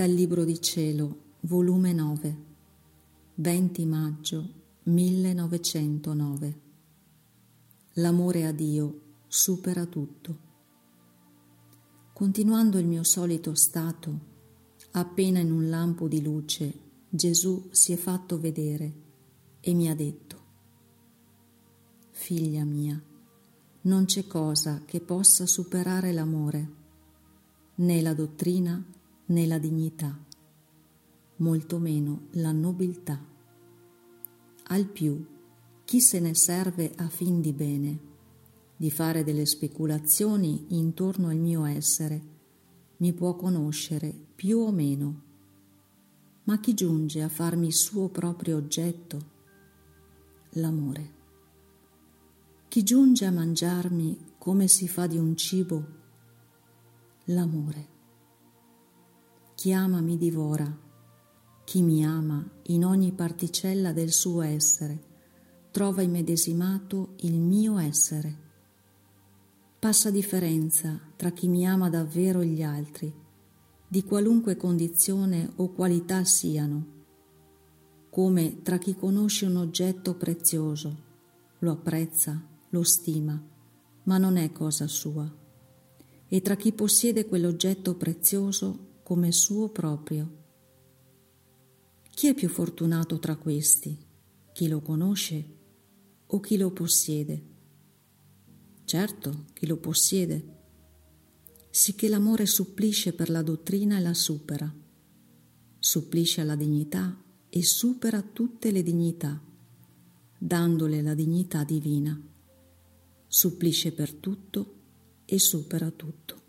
Dal Libro di Cielo, volume 9, 20 maggio 1909. L'amore a Dio supera tutto. Continuando il mio solito stato, appena in un lampo di luce Gesù si è fatto vedere e mi ha detto: Figlia mia, non c'è cosa che possa superare l'amore, né la dottrina né la dignità, molto meno la nobiltà. Al più, chi se ne serve a fin di bene, di fare delle speculazioni intorno al mio essere, mi può conoscere più o meno, ma chi giunge a farmi suo proprio oggetto? L'amore. Chi giunge a mangiarmi come si fa di un cibo? L'amore. Chi ama mi divora, chi mi ama in ogni particella del suo essere trova immedesimato il mio essere. Passa differenza tra chi mi ama davvero e gli altri, di qualunque condizione o qualità siano, come tra chi conosce un oggetto prezioso, lo apprezza, lo stima, ma non è cosa sua, e tra chi possiede quell'oggetto prezioso come suo proprio. Chi è più fortunato tra questi? Chi lo conosce o chi lo possiede? Certo, chi lo possiede, sicché l'amore supplisce per la dottrina e la supera, supplisce alla dignità e supera tutte le dignità, dandole la dignità divina, supplisce per tutto e supera tutto.